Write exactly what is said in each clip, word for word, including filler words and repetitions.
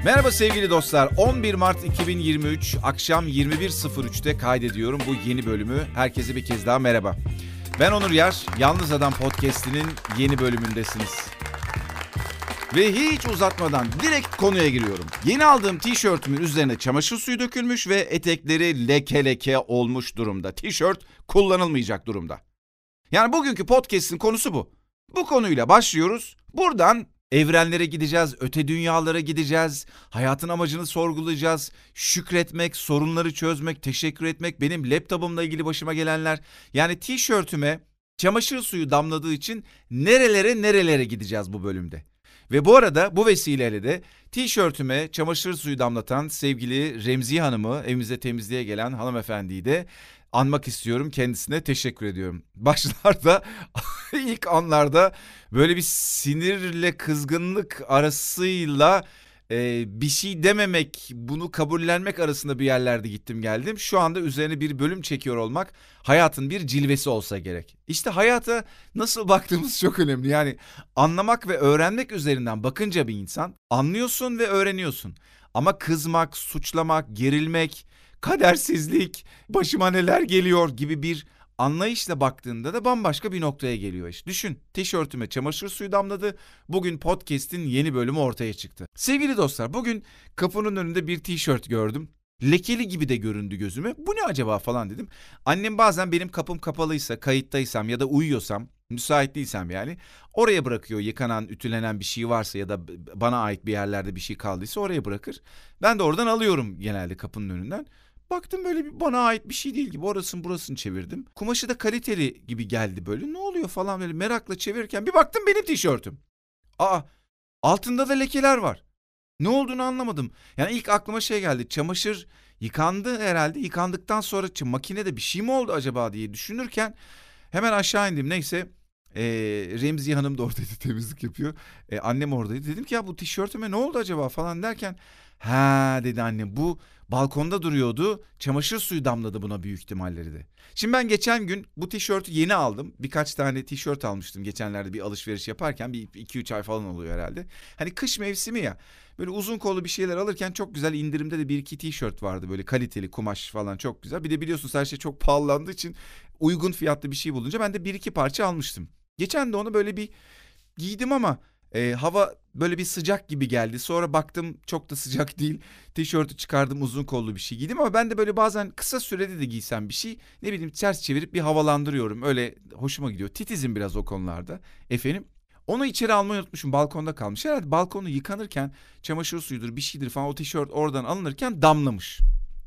Merhaba sevgili dostlar. on bir Mart iki bin yirmi üç akşam yirmi bir sıfır üçte kaydediyorum bu yeni bölümü. Herkese bir kez daha merhaba. Ben Onur Yar, Yalnız Adam Podcast'inin yeni bölümündesiniz. Ve hiç uzatmadan direkt konuya giriyorum. Yeni aldığım tişörtümün üzerine çamaşır suyu dökülmüş ve etekleri leke leke olmuş durumda. Tişört kullanılmayacak durumda. Yani bugünkü podcast'in konusu bu. Bu konuyla başlıyoruz. Buradan evrenlere gideceğiz, öte dünyalara gideceğiz, hayatın amacını sorgulayacağız, şükretmek, sorunları çözmek, teşekkür etmek, benim laptopumla ilgili başıma gelenler. Yani tişörtüme çamaşır suyu damladığı için nerelere nerelere gideceğiz bu bölümde. Ve bu arada bu vesileyle de tişörtüme çamaşır suyu damlatan sevgili Remziye Hanım'ı, evimize temizliğe gelen hanımefendiyi de anmak istiyorum. Kendisine teşekkür ediyorum. Başlarda ilk anlarda böyle bir sinirle kızgınlık arasıyla e, bir şey dememek, bunu kabullenmek arasında bir yerlerde gittim geldim. Şu anda üzerine bir bölüm çekiyor olmak hayatın bir cilvesi olsa gerek. İşte hayata nasıl baktığımız çok önemli. Yani anlamak ve öğrenmek üzerinden bakınca bir insan anlıyorsun ve öğreniyorsun. Ama kızmak, suçlamak, gerilmek, kadersizlik, başıma neler geliyor gibi bir anlayışla baktığında da bambaşka bir noktaya geliyor iş. Düşün, tişörtüme çamaşır suyu damladı. Bugün podcast'in yeni bölümü ortaya çıktı. Sevgili dostlar, bugün kapının önünde bir tişört gördüm. Lekeli gibi de göründü gözüme. Bu ne acaba falan dedim. Annem bazen benim kapım kapalıysa, kayıttaysam ya da uyuyorsam, müsait değilsem yani oraya bırakıyor. Yıkanan, ütülenen bir şey varsa ya da bana ait bir yerlerde bir şey kaldıysa oraya bırakır. Ben de oradan alıyorum genelde kapının önünden. Baktım böyle bir bana ait bir şey değil gibi, orasını burasını çevirdim. Kumaşı da kaliteli gibi geldi böyle. Ne oluyor falan böyle merakla çevirirken bir baktım benim tişörtüm. Aa, altında da lekeler var. Ne olduğunu anlamadım. Yani ilk aklıma şey geldi. Çamaşır yıkandı herhalde. Yıkandıktan sonra makinede bir şey mi oldu acaba diye düşünürken hemen aşağı indim. Neyse ee, Remziye Hanım da oradaydı, temizlik yapıyor. Ee, annem oradaydı. Dedim ki ya bu tişörtüme ne oldu acaba falan derken ha dedi annem, bu balkonda duruyordu. Çamaşır suyu damladı buna büyük ihtimalleri de. Şimdi ben geçen gün bu tişörtü yeni aldım. Birkaç tane tişört almıştım geçenlerde bir alışveriş yaparken. Bir iki üç ay falan oluyor herhalde. Hani kış mevsimi ya. Böyle uzun kollu bir şeyler alırken çok güzel indirimde de bir iki tişört vardı. Böyle kaliteli kumaş falan çok güzel. Bir de biliyorsunuz her şey çok pahalandığı için uygun fiyatlı bir şey bulunca ben de bir iki parça almıştım. Geçen de onu böyle bir giydim ama e, hava böyle bir sıcak gibi geldi. Sonra baktım çok da sıcak değil. Tişörtü çıkardım, uzun kollu bir şey giydim ama ben de böyle bazen kısa sürede de giysem bir şey, ne bileyim, ters çevirip bir havalandırıyorum. Öyle hoşuma gidiyor. Titizim biraz o konularda. Efendim, onu içeri almayı unutmuşum, balkonda kalmış. Herhalde balkonu yıkanırken çamaşır suyudur bir şeydir falan, o tişört oradan alınırken damlamış.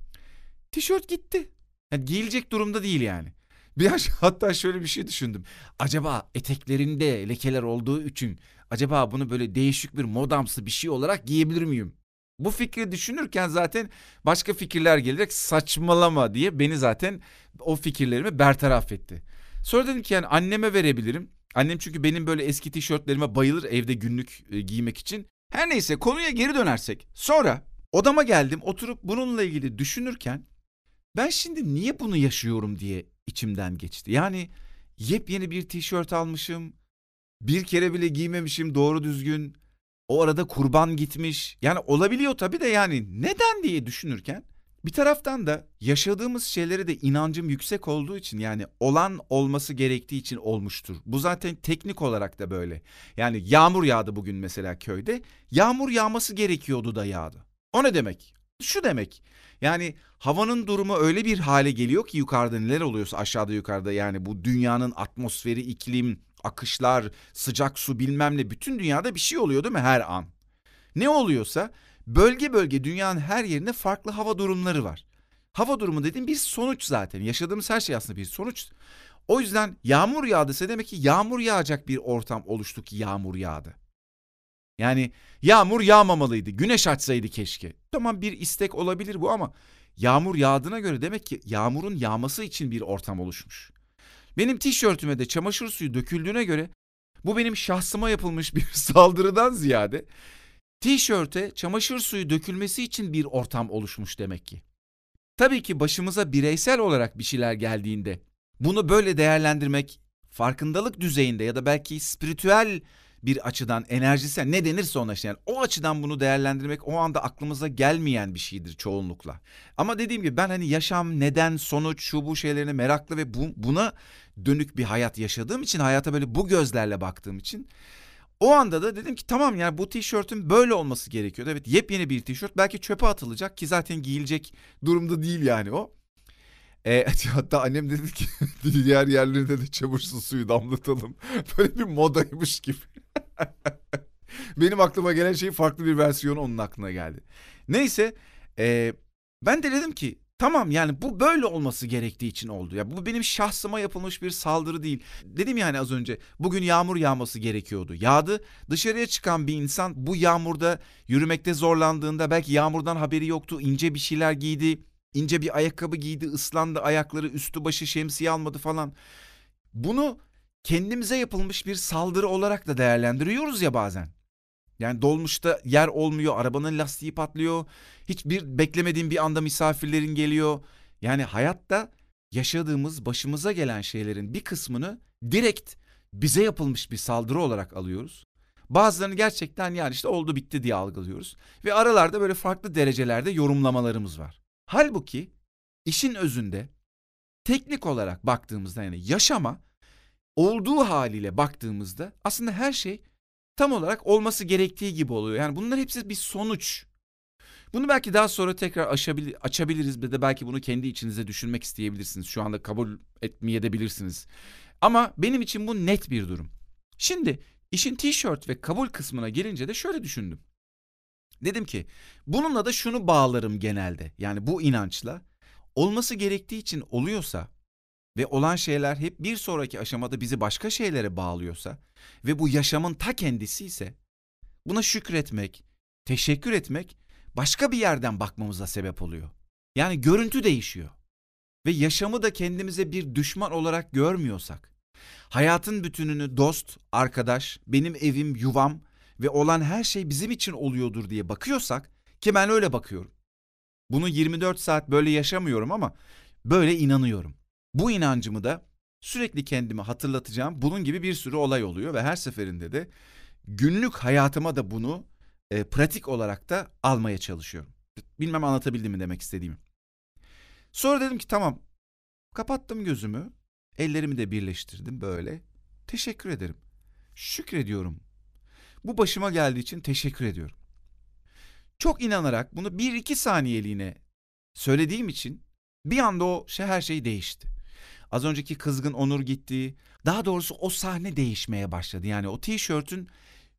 Tişört gitti. Yani giyilecek durumda değil yani. Bir hatta şöyle bir şey düşündüm. Acaba eteklerinde lekeler olduğu için acaba bunu böyle değişik bir modamsı bir şey olarak giyebilir miyim? Bu fikri düşünürken zaten başka fikirler gelerek saçmalama diye beni zaten o fikirlerimi bertaraf etti. Sonra dedim ki yani anneme verebilirim. Annem çünkü benim böyle eski tişörtlerime bayılır evde günlük e, giymek için. Her neyse, konuya geri dönersek. Sonra odama geldim, oturup bununla ilgili düşünürken ben şimdi niye bunu yaşıyorum diye içimden geçti. Yani yepyeni bir tişört almışım. Bir kere bile giymemişim doğru düzgün. O arada kurban gitmiş. Yani olabiliyor tabii de yani neden diye düşünürken bir taraftan da yaşadığımız şeylere de inancım yüksek olduğu için, yani olan olması gerektiği için olmuştur. Bu zaten teknik olarak da böyle. Yani yağmur yağdı bugün mesela köyde. Yağmur yağması gerekiyordu da yağdı. O ne demek? Şu demek. Yani havanın durumu öyle bir hale geliyor ki yukarıda neler oluyorsa aşağıda yukarıda, yani bu dünyanın atmosferi, iklim, akışlar, sıcak su bilmem ne, bütün dünyada bir şey oluyor değil mi her an? Ne oluyorsa bölge bölge dünyanın her yerinde farklı hava durumları var. Hava durumu dediğim bir sonuç zaten. Yaşadığımız her şey aslında bir sonuç. O yüzden yağmur yağdıysa demek ki yağmur yağacak bir ortam oluştu ki yağmur yağdı. Yani yağmur yağmamalıydı, güneş açsaydı keşke. Tamam, bir istek olabilir bu ama yağmur yağdığına göre demek ki yağmurun yağması için bir ortam oluşmuş. Benim tişörtüme de çamaşır suyu döküldüğüne göre bu benim şahsıma yapılmış bir saldırıdan ziyade tişörte çamaşır suyu dökülmesi için bir ortam oluşmuş demek ki. Tabii ki başımıza bireysel olarak bir şeyler geldiğinde bunu böyle değerlendirmek, farkındalık düzeyinde ya da belki spiritüel bir açıdan enerjisel ne denirse ona işte yani o açıdan bunu değerlendirmek o anda aklımıza gelmeyen bir şeydir çoğunlukla. Ama dediğim gibi ben hani yaşam, neden, sonuç, şu bu şeylerine meraklı ve bu, buna dönük bir hayat yaşadığım için, hayata böyle bu gözlerle baktığım için o anda da dedim ki tamam yani bu tişörtün böyle olması gerekiyordu. Evet, yepyeni bir tişört, belki çöpe atılacak ki zaten giyilecek durumda değil yani o. E, hatta annem dedi ki diğer yerlerine de çamaşır suyu damlatalım. Böyle bir modaymış gibi. Benim aklıma gelen şey farklı bir versiyonu onun aklına geldi. Neyse e, ben de dedim ki tamam yani bu böyle olması gerektiği için oldu. Ya bu benim şahsıma yapılmış bir saldırı değil. Dedim yani az önce bugün yağmur yağması gerekiyordu. Yağdı. Dışarıya çıkan bir insan bu yağmurda yürümekte zorlandığında belki yağmurdan haberi yoktu. İnce bir şeyler giydi. İnce bir ayakkabı giydi, ıslandı ayakları, üstü başı şemsiye almadı falan. Bunu kendimize yapılmış bir saldırı olarak da değerlendiriyoruz ya bazen. Yani dolmuşta yer olmuyor, arabanın lastiği patlıyor. Hiçbir beklemediğin bir anda misafirlerin geliyor. Yani hayatta yaşadığımız, başımıza gelen şeylerin bir kısmını direkt bize yapılmış bir saldırı olarak alıyoruz. Bazılarını gerçekten yani işte oldu bitti diye algılıyoruz. Ve aralarda böyle farklı derecelerde yorumlamalarımız var. Halbuki işin özünde teknik olarak baktığımızda yani yaşama olduğu haliyle baktığımızda aslında her şey tam olarak olması gerektiği gibi oluyor. Yani bunlar hepsi bir sonuç. Bunu belki daha sonra tekrar aşabil- açabiliriz ve de belki bunu kendi içinize düşünmek isteyebilirsiniz. Şu anda kabul etmeyebilirsiniz. Ama benim için bu net bir durum. Şimdi işin tişört ve kabul kısmına gelince de şöyle düşündüm. Dedim ki bununla da şunu bağlarım genelde. Yani bu inançla olması gerektiği için oluyorsa ve olan şeyler hep bir sonraki aşamada bizi başka şeylere bağlıyorsa ve bu yaşamın ta kendisi ise buna şükretmek, teşekkür etmek başka bir yerden bakmamıza sebep oluyor. Yani görüntü değişiyor ve yaşamı da kendimize bir düşman olarak görmüyorsak, hayatın bütününü dost, arkadaş, benim evim, yuvam ve olan her şey bizim için oluyordur diye bakıyorsak ki ben öyle bakıyorum. Bunu yirmi dört saat böyle yaşamıyorum ama böyle inanıyorum. Bu inancımı da sürekli kendime hatırlatacağım bunun gibi bir sürü olay oluyor ve her seferinde de günlük hayatıma da bunu e, pratik olarak da almaya çalışıyorum. Bilmem anlatabildim mi demek istediğimi. Sonra dedim ki tamam, kapattım gözümü, ellerimi de birleştirdim böyle. Teşekkür ederim, şükrediyorum. Bu başıma geldiği için teşekkür ediyorum. Çok inanarak bunu bir iki saniyeliğine söylediğim için bir anda o şey her şey değişti. Az önceki kızgın Onur gitti. Daha doğrusu o sahne değişmeye başladı. Yani o tişörtün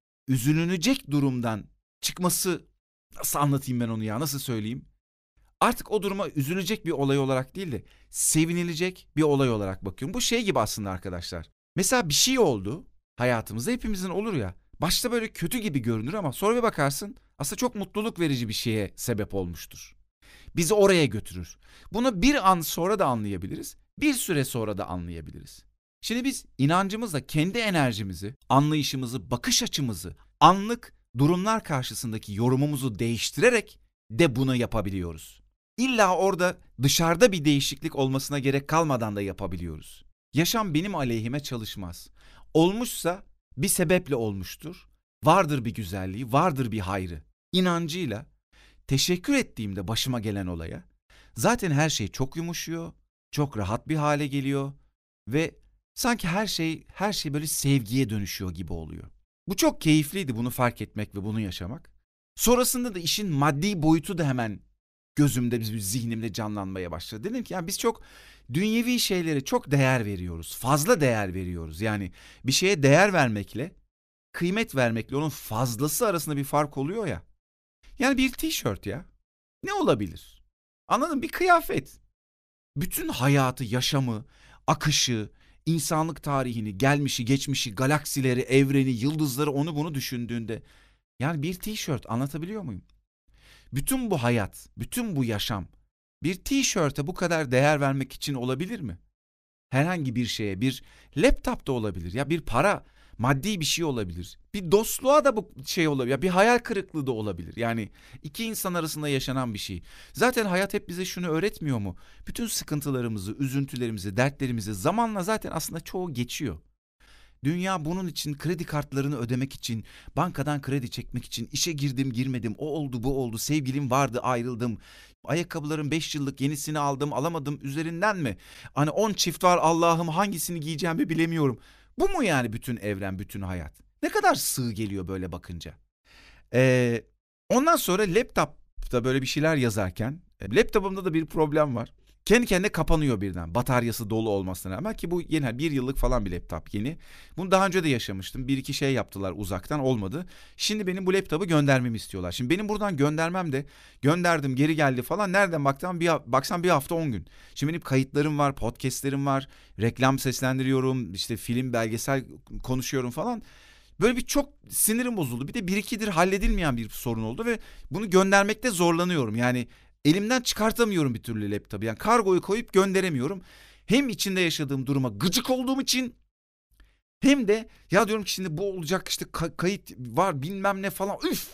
üzülünecek durumdan çıkması, nasıl anlatayım ben onu ya, nasıl söyleyeyim? Artık o duruma üzülecek bir olay olarak değil de sevinilecek bir olay olarak bakıyorum. Bu şey gibi aslında arkadaşlar. Mesela bir şey oldu hayatımızda, hepimizin olur ya. Başta böyle kötü gibi görünür ama sonra bir bakarsın aslında çok mutluluk verici bir şeye sebep olmuştur. Bizi oraya götürür. Bunu bir an sonra da anlayabiliriz, bir süre sonra da anlayabiliriz. Şimdi biz inancımızla kendi enerjimizi, anlayışımızı, bakış açımızı, anlık durumlar karşısındaki yorumumuzu değiştirerek de bunu yapabiliyoruz. İlla orada dışarıda bir değişiklik olmasına gerek kalmadan da yapabiliyoruz. Yaşam benim aleyhime çalışmaz. Olmuşsa bir sebeple olmuştur. Vardır bir güzelliği, vardır bir hayrı. İnancıyla teşekkür ettiğimde başıma gelen olaya zaten her şey çok yumuşuyor, çok rahat bir hale geliyor ve sanki her şey her şey böyle sevgiye dönüşüyor gibi oluyor. Bu çok keyifliydi, bunu fark etmek ve bunu yaşamak. Sonrasında da işin maddi boyutu da hemen gözümde, zihnimde canlanmaya başladı. Dedim ki yani biz çok dünyevi şeylere çok değer veriyoruz. Fazla değer veriyoruz. Yani bir şeye değer vermekle, kıymet vermekle onun fazlası arasında bir fark oluyor ya. Yani bir tişört ya. Ne olabilir? Anladın mı? Bir kıyafet. Bütün hayatı, yaşamı, akışı, insanlık tarihini, gelmişi, geçmişi, galaksileri, evreni, yıldızları, onu bunu düşündüğünde yani bir tişört, anlatabiliyor muyum? Bütün bu hayat, bütün bu yaşam bir tişörte bu kadar değer vermek için olabilir mi? Herhangi bir şeye, bir laptop da olabilir ya, bir para, maddi bir şey olabilir. Bir dostluğa da bu şey olabilir. Ya bir hayal kırıklığı da olabilir. Yani iki insan arasında yaşanan bir şey. Zaten hayat hep bize şunu öğretmiyor mu? Bütün sıkıntılarımızı, üzüntülerimizi, dertlerimizi zamanla zaten aslında çoğu geçiyor. Dünya bunun için, kredi kartlarını ödemek için, bankadan kredi çekmek için, işe girdim girmedim, o oldu bu oldu, sevgilim vardı ayrıldım. Ayakkabıların beş yıllık yenisini aldım alamadım üzerinden mi? Hani on çift var Allah'ım hangisini giyeceğimi bilemiyorum. Bu mu yani bütün evren, bütün hayat? Ne kadar sığ geliyor böyle bakınca. Ee, ondan sonra laptopta böyle bir şeyler yazarken, e, laptopumda da bir problem var. Kendi kendine kapanıyor birden. Bataryası dolu olmasına rağmen ki bu yeni bir yıllık falan bir laptop yeni. Bunu daha önce de yaşamıştım. Bir iki şey yaptılar uzaktan olmadı. Şimdi benim bu laptopu göndermemi istiyorlar. Şimdi benim buradan göndermem de gönderdim geri geldi falan. Nereden baksam bir, baksam bir hafta on gün. Şimdi benim kayıtlarım var, podcastlerim var. Reklam seslendiriyorum, işte film, belgesel konuşuyorum falan. Böyle bir çok sinirim bozuldu. Bir de bir ikidir halledilmeyen bir sorun oldu ve bunu göndermekte zorlanıyorum. Yani elimden çıkartamıyorum bir türlü laptopu. Yani kargoyu koyup gönderemiyorum. Hem içinde yaşadığım duruma gıcık olduğum için hem de ya diyorum ki şimdi bu olacak işte ka- kayıt var bilmem ne falan üf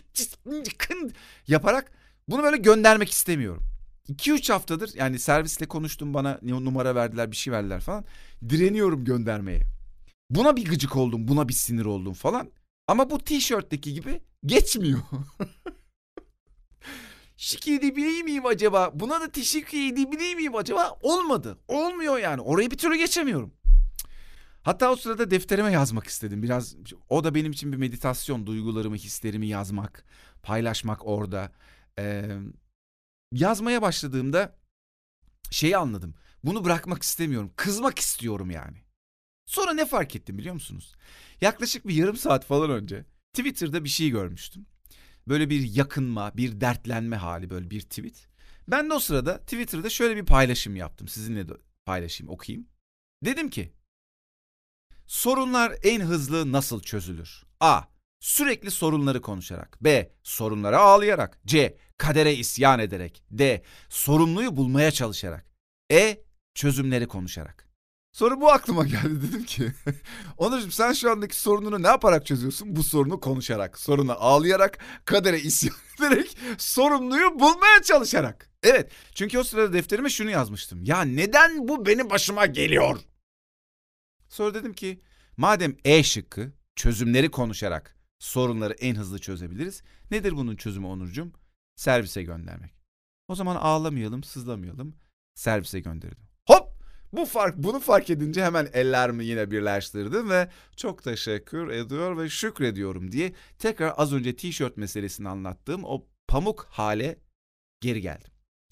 yaparak bunu böyle göndermek istemiyorum. iki üç haftadır yani servisle konuştum, bana numara verdiler, bir şey verdiler falan. Direniyorum göndermeye. Buna bir gıcık oldum, buna bir sinir oldum falan. Ama bu tişörtteki gibi geçmiyor. Şık edebilir miyim acaba? Buna da teşekkür edebilir miyim acaba? Olmadı. Olmuyor yani. Orayı bir türlü geçemiyorum. Hatta o sırada defterime yazmak istedim. Biraz o da benim için bir meditasyon. Duygularımı, hislerimi yazmak, paylaşmak orada. Ee, yazmaya başladığımda şeyi anladım. Bunu bırakmak istemiyorum. Kızmak istiyorum yani. Sonra ne fark ettim biliyor musunuz? Yaklaşık bir yarım saat falan önce Twitter'da bir şey görmüştüm. Böyle bir yakınma, bir dertlenme hali, böyle bir tweet. Ben de o sırada Twitter'da şöyle bir paylaşım yaptım. Sizinle de paylaşayım, okuyayım. Dedim ki, sorunlar en hızlı nasıl çözülür? A. Sürekli sorunları konuşarak. B. Sorunlara ağlayarak. C. Kadere isyan ederek. D. Sorumluyu bulmaya çalışarak. E. Çözümleri konuşarak. Sonra bu aklıma geldi, dedim ki Onurcuğum sen şu andaki sorununu ne yaparak çözüyorsun? Bu sorunu konuşarak, soruna ağlayarak, kadere isyan ederek, sorumluyu bulmaya çalışarak. Evet, çünkü o sırada defterime şunu yazmıştım. Ya neden bu benim başıma geliyor? Sonra dedim ki madem E şıkkı, çözümleri konuşarak sorunları en hızlı çözebiliriz. Nedir bunun çözümü Onurcuğum? Servise göndermek. O zaman ağlamayalım, sızlamayalım, servise gönderdim. Hop! Bu fark, bunu fark edince hemen ellerimi yine birleştirdim ve çok teşekkür ediyor ve şükrediyorum diye tekrar az önce tişört meselesini anlattığım o pamuk hale geri geldim.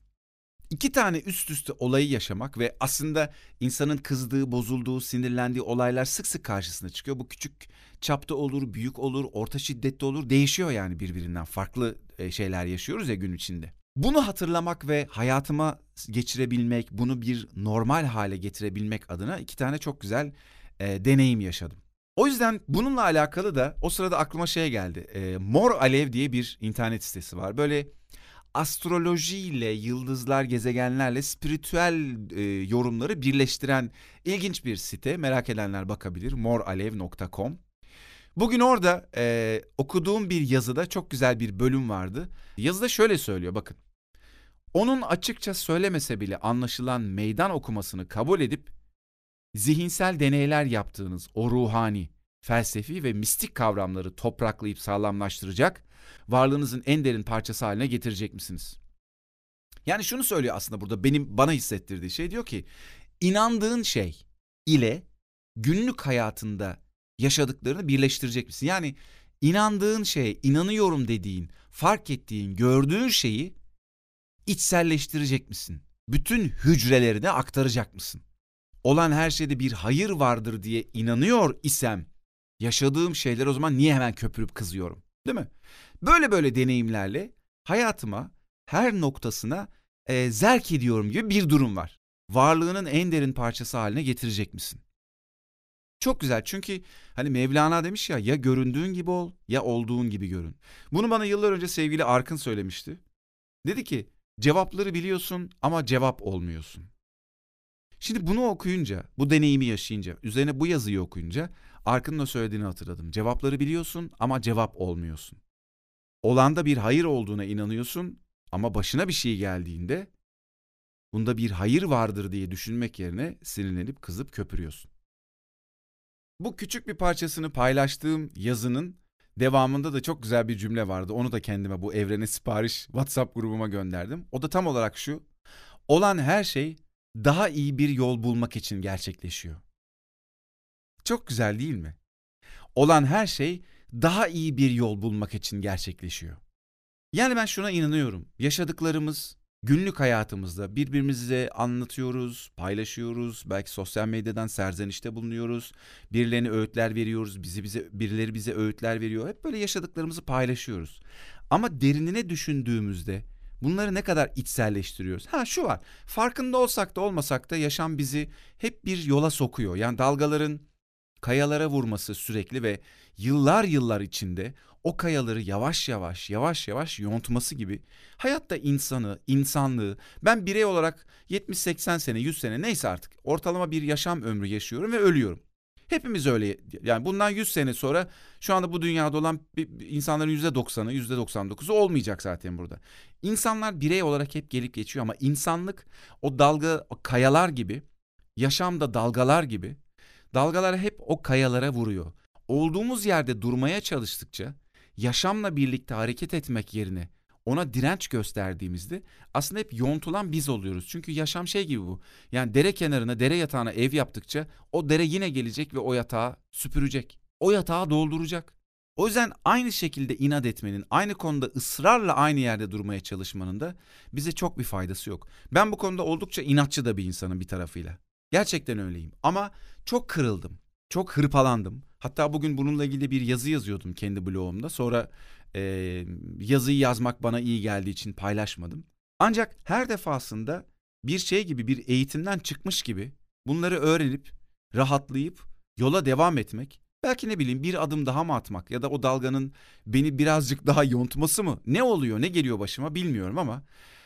İki tane üst üste olayı yaşamak ve aslında insanın kızdığı, bozulduğu, sinirlendiği olaylar sık sık karşısına çıkıyor. Bu küçük çapta olur, büyük olur, orta şiddette olur, değişiyor yani birbirinden. Farklı şeyler yaşıyoruz ya gün içinde. Bunu hatırlamak ve hayatıma geçirebilmek, bunu bir normal hale getirebilmek adına iki tane çok güzel e, deneyim yaşadım. O yüzden bununla alakalı da o sırada aklıma şey geldi. E, Mor Alev diye bir internet sitesi var. Böyle astrolojiyle, yıldızlar, gezegenlerle spiritüel e, yorumları birleştiren ilginç bir site. Merak edenler bakabilir. mor alev nokta com. Bugün orada e, okuduğum bir yazıda çok güzel bir bölüm vardı. Yazıda şöyle söylüyor, bakın. Onun açıkça söylemese bile anlaşılan meydan okumasını kabul edip zihinsel deneyler yaptığınız o ruhani, felsefi ve mistik kavramları topraklayıp sağlamlaştıracak, varlığınızın en derin parçası haline getirecek misiniz? Yani şunu söylüyor aslında burada, benim bana hissettirdiği şey, diyor ki inandığın şey ile günlük hayatında yaşadıklarını birleştirecek misin? Yani inandığın şey, inanıyorum dediğin, fark ettiğin, gördüğün şeyi içselleştirecek misin? Bütün hücrelerine aktaracak mısın? Olan her şeyde bir hayır vardır diye inanıyor isem yaşadığım şeyler o zaman niye hemen köpürüp kızıyorum? Değil mi? Böyle böyle deneyimlerle hayatıma her noktasına e, zerk ediyorum gibi bir durum var. Varlığının en derin parçası haline getirecek misin? Çok güzel, çünkü hani Mevlana demiş ya, ya göründüğün gibi ol ya olduğun gibi görün. Bunu bana yıllar önce sevgili Arkın söylemişti. Dedi ki cevapları biliyorsun ama cevap olmuyorsun. Şimdi bunu okuyunca, bu deneyimi yaşayınca, üzerine bu yazıyı okuyunca Arkın'ın o söylediğini hatırladım. Cevapları biliyorsun ama cevap olmuyorsun. Olanda bir hayır olduğuna inanıyorsun ama başına bir şey geldiğinde bunda bir hayır vardır diye düşünmek yerine sinirlenip kızıp köpürüyorsun. Bu küçük bir parçasını paylaştığım yazının devamında da çok güzel bir cümle vardı. Onu da kendime bu evrene sipariş WhatsApp grubuma gönderdim. O da tam olarak şu: olan her şey daha iyi bir yol bulmak için gerçekleşiyor. Çok güzel değil mi? Olan her şey daha iyi bir yol bulmak için gerçekleşiyor. Yani ben şuna inanıyorum. Yaşadıklarımız günlük hayatımızda birbirimize anlatıyoruz, paylaşıyoruz. Belki sosyal medyadan serzenişte bulunuyoruz. Birilerine öğütler veriyoruz. Bizi bize birileri bize öğütler veriyor. Hep böyle yaşadıklarımızı paylaşıyoruz. Ama derinine düşündüğümüzde bunları ne kadar içselleştiriyoruz? Ha şu var. Farkında olsak da olmasak da yaşam bizi hep bir yola sokuyor. Yani dalgaların kayalara vurması sürekli ve yıllar yıllar içinde o kayaları yavaş yavaş yavaş yavaş yontması gibi hayatta insanı, insanlığı, ben birey olarak yetmiş seksen sene, yüz sene neyse artık ortalama bir yaşam ömrü yaşıyorum ve ölüyorum. Hepimiz öyle. Yani bundan yüz sene sonra şu anda bu dünyada olan insanların yüzde doksanı, yüzde doksan dokuzu olmayacak zaten burada. İnsanlar birey olarak hep gelip geçiyor ama insanlık o dalga, o kayalar gibi, yaşam da dalgalar gibi. Dalgalar hep o kayalara vuruyor. Olduğumuz yerde durmaya çalıştıkça, yaşamla birlikte hareket etmek yerine ona direnç gösterdiğimizde aslında hep yontulan biz oluyoruz. Çünkü yaşam şey gibi bu. Yani dere kenarına, dere yatağına ev yaptıkça o dere yine gelecek ve o yatağı süpürecek. O yatağı dolduracak. O yüzden aynı şekilde inat etmenin, aynı konuda ısrarla aynı yerde durmaya çalışmanın da bize çok bir faydası yok. Ben bu konuda oldukça inatçı da bir insanım bir tarafıyla. Gerçekten öyleyim ama çok kırıldım, çok hırpalandım. Hatta bugün bununla ilgili bir yazı yazıyordum kendi blogumda. Sonra e, yazıyı yazmak bana iyi geldiği için paylaşmadım. Ancak her defasında bir şey gibi, bir eğitimden çıkmış gibi bunları öğrenip, rahatlayıp yola devam etmek, belki ne bileyim bir adım daha mı atmak ya da o dalganın beni birazcık daha yontması mı? Ne oluyor, ne geliyor başıma bilmiyorum ama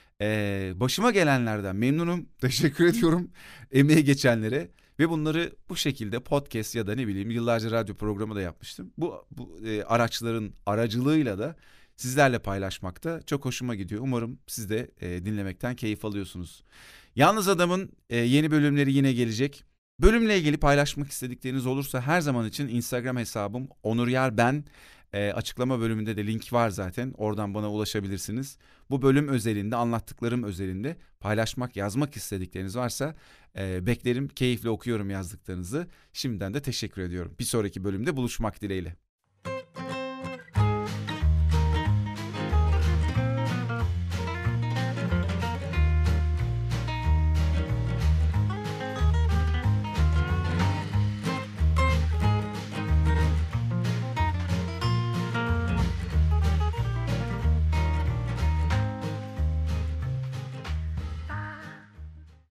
Ee, başıma gelenlerden memnunum. Teşekkür ediyorum emeği geçenlere ve bunları bu şekilde podcast ya da ne bileyim yıllarca radyo programı da yapmıştım. Bu, bu e, araçların aracılığıyla da sizlerle paylaşmakta çok hoşuma gidiyor. Umarım siz de e, dinlemekten keyif alıyorsunuz. Yalnız Adam'ın e, yeni bölümleri yine gelecek. Bölümle ilgili paylaşmak istedikleriniz olursa her zaman için Instagram hesabım Onur Yer Ben. E, açıklama bölümünde de link var zaten. Oradan bana ulaşabilirsiniz. Bu bölüm özelinde, anlattıklarım özelinde paylaşmak, yazmak istedikleriniz varsa e, beklerim. Keyifle okuyorum yazdıklarınızı. Şimdiden de teşekkür ediyorum. Bir sonraki bölümde buluşmak dileğiyle.